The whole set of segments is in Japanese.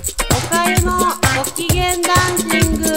おかゆのご機嫌ダンシング。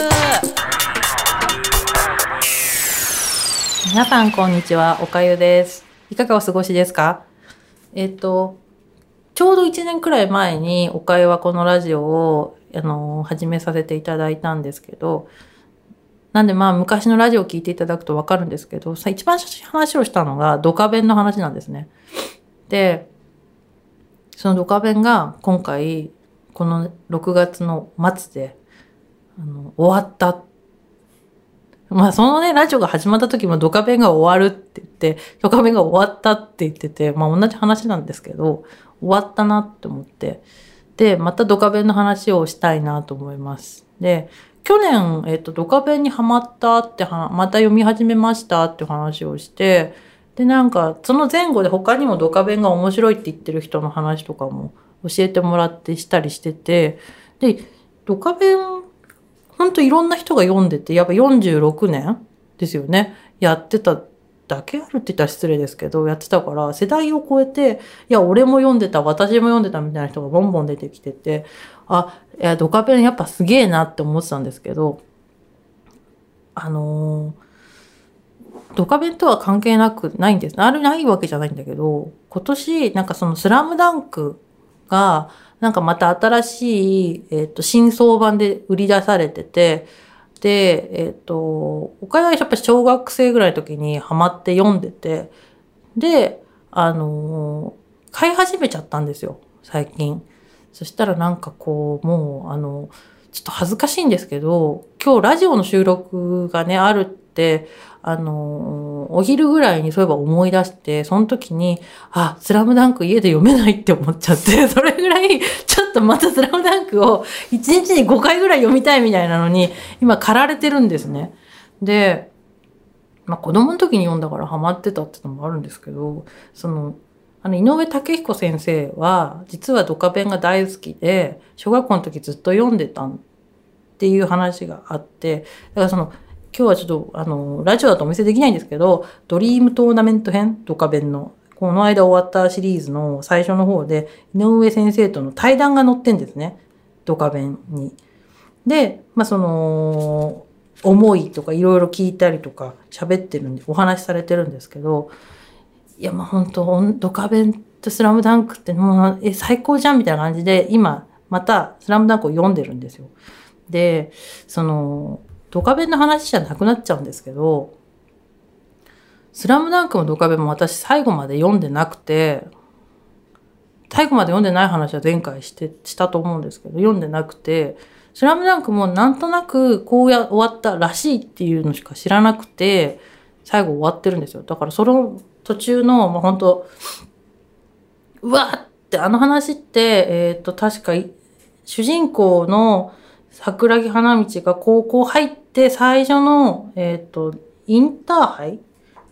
皆さんこんにちは、おかゆです。いかがお過ごしですか？ちょうど1年くらい前におかゆはこのラジオを始めさせていただいたんですけど、なんで昔のラジオを聞いていただくとわかるんですけど、一番最初に話をしたのがドカベンの話なんですね。で、そのドカベンが今回この6月の末で終わった。そのね、ラジオが始まった時もドカベンが終わるって言って、ドカベンが終わったって言ってて、同じ話なんですけど、終わったなって思って。で、またドカベンの話をしたいなと思います。で、去年、ドカベンにハマったってまた読み始めましたって話をして、で、その前後で他にもドカベンが面白いって言ってる人の話とかも教えてもらってしたりしてて、で、ドカベン、ほんといろんな人が読んでて、やっぱ46年ですよね。やってただけあるって言ったら失礼ですけど、やってたから、世代を超えて、いや、俺も読んでた、私も読んでたみたいな人がボンボン出てきてて、いや、ドカベンやっぱすげえなって思ってたんですけど、ドカベンとは関係ないんです。ないわけじゃないんだけど、今年、そのスラムダンクが、また新しい、新装版で売り出されてて、で、岡谷はやっぱり小学生ぐらいの時にハマって読んでて、で、買い始めちゃったんですよ、最近。そしたらもう、ちょっと恥ずかしいんですけど、今日ラジオの収録がね、あるって、お昼ぐらいにそういえば思い出して、その時に、スラムダンク家で読めないって思っちゃって、それぐらい、ちょっとまたスラムダンクを1日に5回ぐらい読みたいみたいなのに、今駆られてるんですね。で、子供の時に読んだからハマってたってのもあるんですけど、井上武彦先生は、実はドカベンが大好きで、小学校の時ずっと読んでたっていう話があって、だから今日はちょっと、ラジオだとお見せできないんですけど、ドリームトーナメント編、ドカベンの、この間終わったシリーズの最初の方で、井上先生との対談が載ってんですね。ドカベンに。で、思いとかいろいろ聞いたりとか喋ってるんで、お話しされてるんですけど、いや、本当ドカベンとスラムダンクってもう、最高じゃんみたいな感じで、今、またスラムダンクを読んでるんですよ。で、ドカベンの話じゃなくなっちゃうんですけど、スラムダンクもドカベンも私最後まで読んでなくて、最後まで読んでない話は前回したと思うんですけど、読んでなくて、スラムダンクもなんとなく終わったらしいっていうのしか知らなくて、最後終わってるんですよ。だからその途中の、本当うわーって話って、確か主人公の桜木花道が高校入って最初の、インターハイ、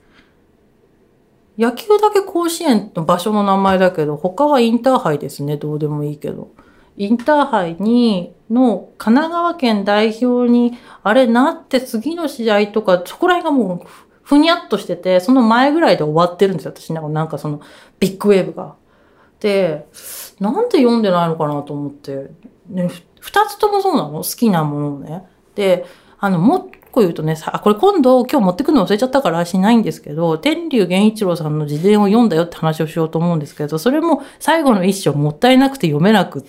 野球だけ甲子園の場所の名前だけど、他はインターハイですね。どうでもいいけど。インターハイの神奈川県代表に、なって次の試合とか、そこら辺がもう、ふにゃっとしてて、その前ぐらいで終わってるんですよ。私その、ビッグウェーブが。で、なんで読んでないのかなと思って。ね、二つともそうなの？好きなものをね。で、もう一個言うとね、これ今日持ってくるの忘れちゃったからしないんですけど、天竜源一郎さんの自伝を読んだよって話をしようと思うんですけど、それも最後の一章もったいなくて読めなくって、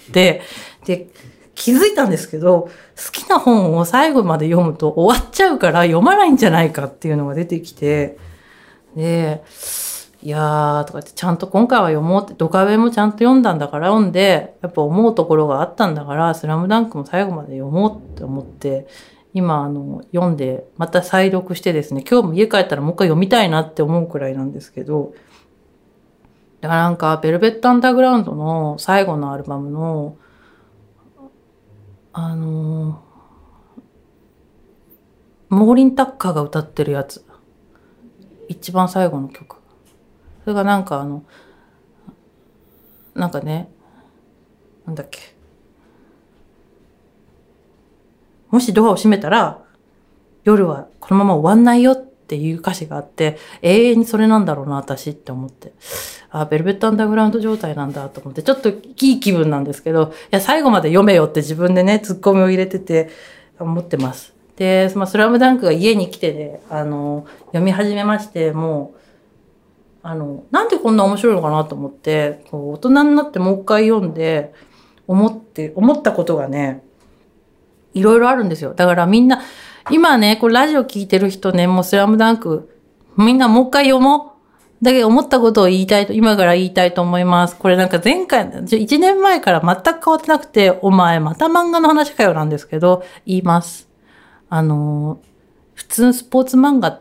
で、気づいたんですけど、好きな本を最後まで読むと終わっちゃうから読まないんじゃないかっていうのが出てきて、で、いやーとか言ってちゃんと今回は読もうって、ドカベンもちゃんと読んだんだから読んで、やっぱ思うところがあったんだから、スラムダンクも最後まで読もうって思って、今読んで、また再読してですね、今日も家帰ったらもう一回読みたいなって思うくらいなんですけど、だからベルベットアンダーグラウンドの最後のアルバムの、モーリン・タッカーが歌ってるやつ。一番最後の曲。それがね、なんだっけ。もしドアを閉めたら、夜はこのまま終わんないよってっていう歌詞があって、永遠にそれなんだろうな、私って思って。ベルベットアンダーグラウンド状態なんだと思って、ちょっといい気分なんですけど、いや、最後まで読めよって自分でね、ツッコミを入れてて、思ってます。で、スラムダンクが家に来てね、読み始めまして、もう、なんでこんな面白いのかなと思って、こう大人になってもう一回読んで、思ったことがね、いろいろあるんですよ。だからみんな、今ね、これラジオ聞いてる人ね、もうスラムダンク、みんなもう一回読もう。だけど思ったことを今から言いたいと思います。これなんか前回、1年前から全く変わってなくて、お前また漫画の話かよなんですけど、言います。普通スポーツ漫画って、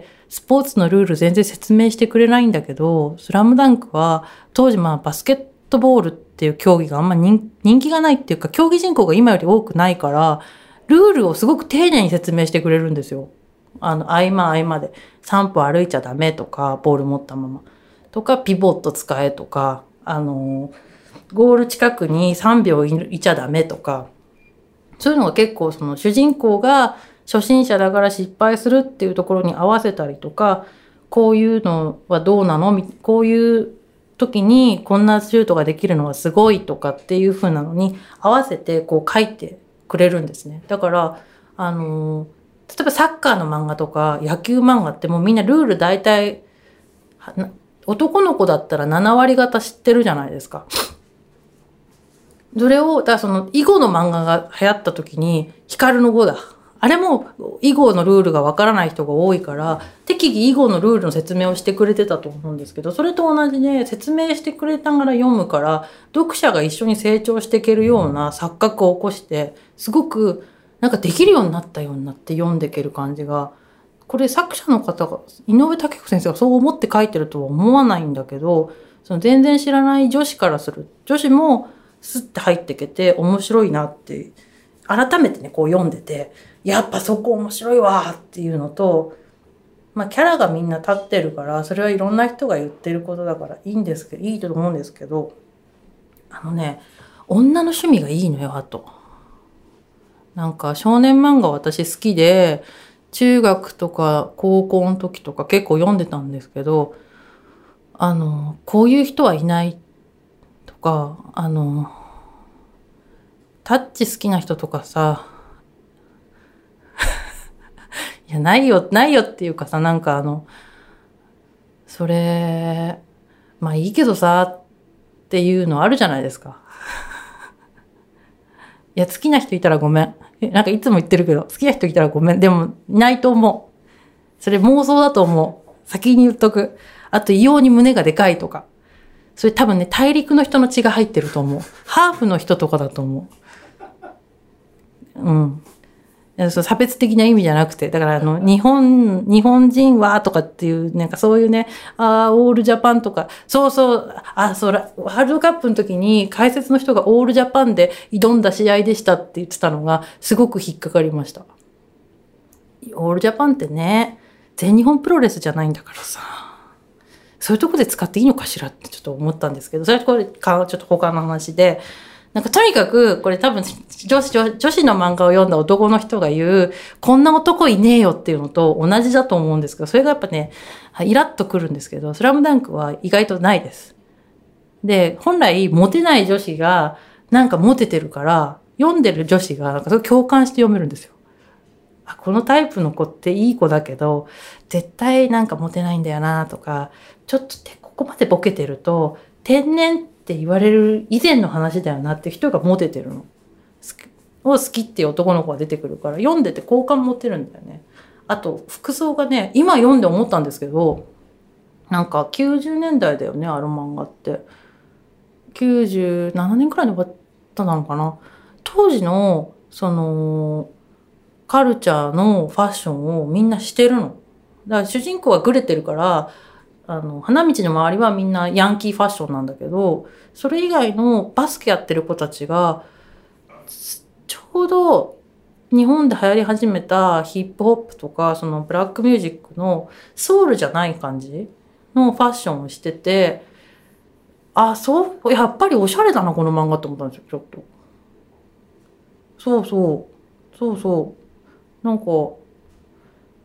スポーツのルール全然説明してくれないんだけど、スラムダンクは、当時バスケットボールっていう競技があんま人気がないっていうか、競技人口が今より多くないから、ルールをすごく丁寧に説明してくれるんですよ。合間で3歩歩いちゃダメとか、ボール持ったまま。とか、ピボット使えとか、ゴール近くに3秒いちゃダメとか、そういうのが結構主人公が初心者だから失敗するっていうところに合わせたりとか、こういうのはどうなの？こういう時にこんなシュートができるのはすごいとかっていう風なのに合わせてこう書いてくれるんですね。だから、例えばサッカーの漫画とか野球漫画ってもうみんなルール大体、男の子だったら7割方知ってるじゃないですか。それを、だから囲碁の漫画が流行った時に、光の碁だ。あれも囲碁のルールがわからない人が多いから、適宜囲碁のルールの説明をしてくれてたと思うんですけど、それと同じで説明してくれながら読むから、読者が一緒に成長していけるような錯覚を起こして、すごくなんかできるようになったようになって読んでいける感じが、これ作者の方が、井上武子先生がそう思って書いてるとは思わないんだけど、全然知らない女子からする。女子もスッて入ってけて面白いなって、改めてね、こう読んでて、やっぱそこ面白いわっていうのと、キャラがみんな立ってるから、それはいろんな人が言ってることだからいいと思うんですけど、女の趣味がいいのよ、あと。なんか少年漫画私好きで、中学とか高校の時とか結構読んでたんですけど、こういう人はいないとか、タッチ好きな人とかさ、いや、ないよっていうかさ、なんかそれ、いいけどさ、っていうのあるじゃないですか。いや、好きな人いたらごめん。なんかいつも言ってるけど、好きな人いたらごめん。でも、いないと思う。それ妄想だと思う。先に言っとく。あと、異様に胸がでかいとか。それ多分ね、大陸の人の血が入ってると思う。ハーフの人とかだと思う。うん。差別的な意味じゃなくて、だから日本人はとかっていう、なんかそういうね、オールジャパンとか、ワールドカップの時に解説の人がオールジャパンで挑んだ試合でしたって言ってたのが、すごく引っかかりました。オールジャパンってね、全日本プロレスじゃないんだからさ、そういうとこで使っていいのかしらってちょっと思ったんですけど、それはこれ、ちょっと他の話で、なんかとにかく、これ多分女子の漫画を読んだ男の人が言う、こんな男いねえよっていうのと同じだと思うんですけど、それがやっぱね、イラッとくるんですけど、スラムダンクは意外とないです。で、本来モテない女子がなんかモテてるから、読んでる女子がなんかそれ共感して読めるんですよ。このタイプの子っていい子だけど、絶対なんかモテないんだよなとか、ちょっとここまでボケてると、天然って言われる以前の話だよなって人がモテてるの。好きっていう男の子が出てくるから、読んでて好感持てるんだよね。あと、服装がね、今読んで思ったんですけど、なんか90年代だよね、あの漫画って。97年くらいに終わったのかな。当時の、カルチャーのファッションをみんなしてるの。だから主人公はグレてるから、花道の周りはみんなヤンキーファッションなんだけど、それ以外のバスケやってる子たちが、ちょうど日本で流行り始めたヒップホップとか、ブラックミュージックのソウルじゃない感じのファッションをしてて、やっぱりおしゃれだな、この漫画って思ったんですよ、ちょっと。そうそう。なんか、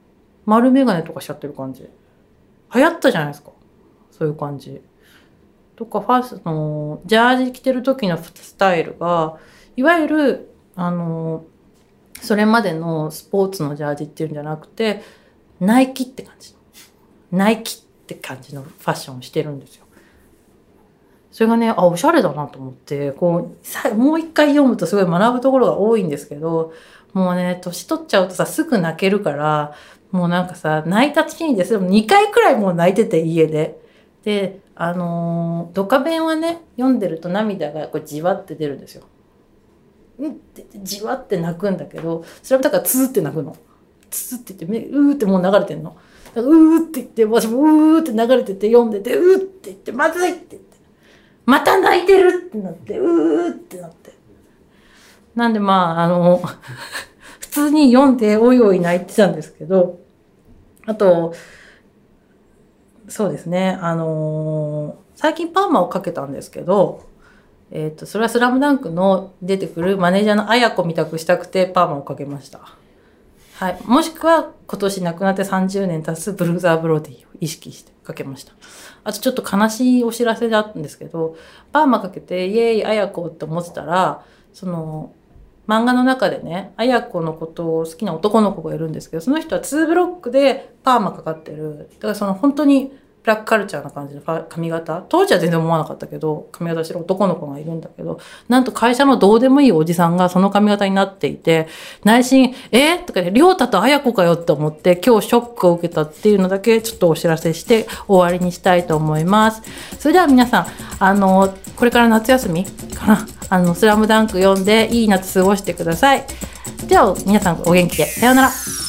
丸眼鏡とかしちゃってる感じ。流行ったじゃないですか。そういう感じ。とか、ジャージ着てる時のスタイルが、いわゆる、それまでのスポーツのジャージっていうんじゃなくて、ナイキって感じ。ナイキって感じのファッションをしてるんですよ。それがね、おしゃれだなと思って、もう一回読むとすごい学ぶところが多いんですけど、もうね、年取っちゃうとさ、すぐ泣けるから、もうなんかさ、泣いた時にですよ、2回くらいもう泣いてて、家で。で、ドカベンはね、読んでると涙がこうじわって出るんですよ。ってじわって泣くんだけど、それもだからツーって泣くの。ツーって言って、うーってもう流れてんの。だからうーって言って、私もうーって流れてて読んでて、うーって言って、まずいって言って。また泣いてるってなって、うーってなって。なんで普通に読んでおいおい泣いてたんですけど、あと、そうですね、最近パーマをかけたんですけど、それはスラムダンクの出てくるマネージャーの綾子みたくしたくてパーマをかけました。はい。もしくは今年亡くなって30年経つブルーザーブロディを意識してかけました。あとちょっと悲しいお知らせだったんですけど、パーマかけてイエーイ綾子って思ってたら、漫画の中でね、綾子のことを好きな男の子がいるんですけど、その人は2ブロックでパーマかかってる。だから本当にブラックカルチャーな感じの髪型。当時は全然思わなかったけど、髪型してる男の子がいるんだけど、なんと会社のどうでもいいおじさんがその髪型になっていて、内心、とか言って、りょうたとあやこかよって思って、今日ショックを受けたっていうのだけちょっとお知らせして終わりにしたいと思います。それでは皆さん、これから夏休みかな、スラムダンク読んでいい夏過ごしてください。では皆さんお元気で。さようなら。